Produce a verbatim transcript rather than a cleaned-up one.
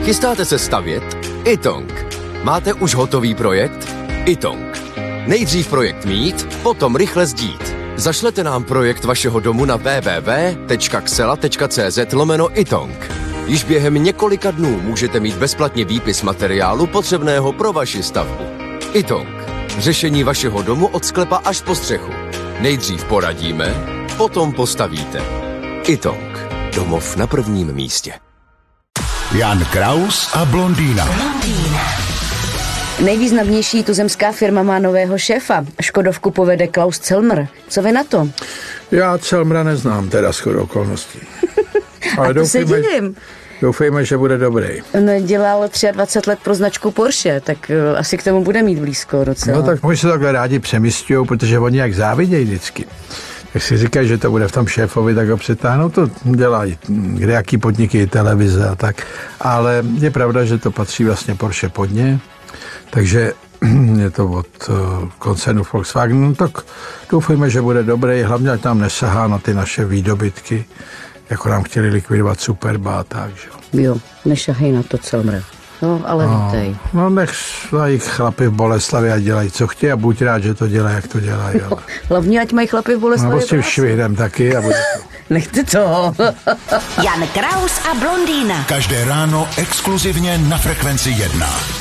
Chystáte se stavět? Itong. Máte už hotový projekt? Itong. Nejdřív projekt mít, potom rychle sdít. Zašlete nám projekt vašeho domu na w w w tečka xela tečka c z lomeno Itong. Již během několika dnů můžete mít bezplatně výpis materiálu potřebného pro vaši stavbu. Itong. Řešení vašeho domu od sklepa až po střechu. Nejdřív poradíme, potom postavíte. Itong. Domov na prvním místě. Jan Kraus a blondýna. blondýna. Nejvýznamnější tuzemská firma má nového šéfa. Škodovku povede Klaus Celmer. Co vy na to? Já Celmera neznám, teda shodou okolností. Ale a to doufejme, se divím. Doufejme, že bude dobrý. On dělal dvacet tři let pro značku Porsche, tak uh, asi k tomu bude mít blízko docela. No tak oni se takhle rádi přemysťujou, protože oni jak závidějí vždycky. Jak si říkají, že to bude v tom šéfovi, tak ho přetáhnou, to dělají kde jaký podniky, televize a tak. Ale je pravda, že to patří vlastně Porsche pod ně, takže je to od koncernu Volkswagen, no tak doufejme, že bude dobrý, hlavně ať nám nesahá na ty naše výdobytky, jako nám chtěli likvidovat Superba a tak, že jo. Nešahej na to, Celmre. No, ale no, vítej. No, nech mají chlapy v Boleslavi a dělají, co chtějí a buď rád, že to dělají, jak to dělají. No, hlavně, ať mají chlapy v Boleslavi. No, s tím švihdem taky a bude to. Nechte to. Jan Kraus a blondýna. Každé ráno exkluzivně na Frekvenci jedna.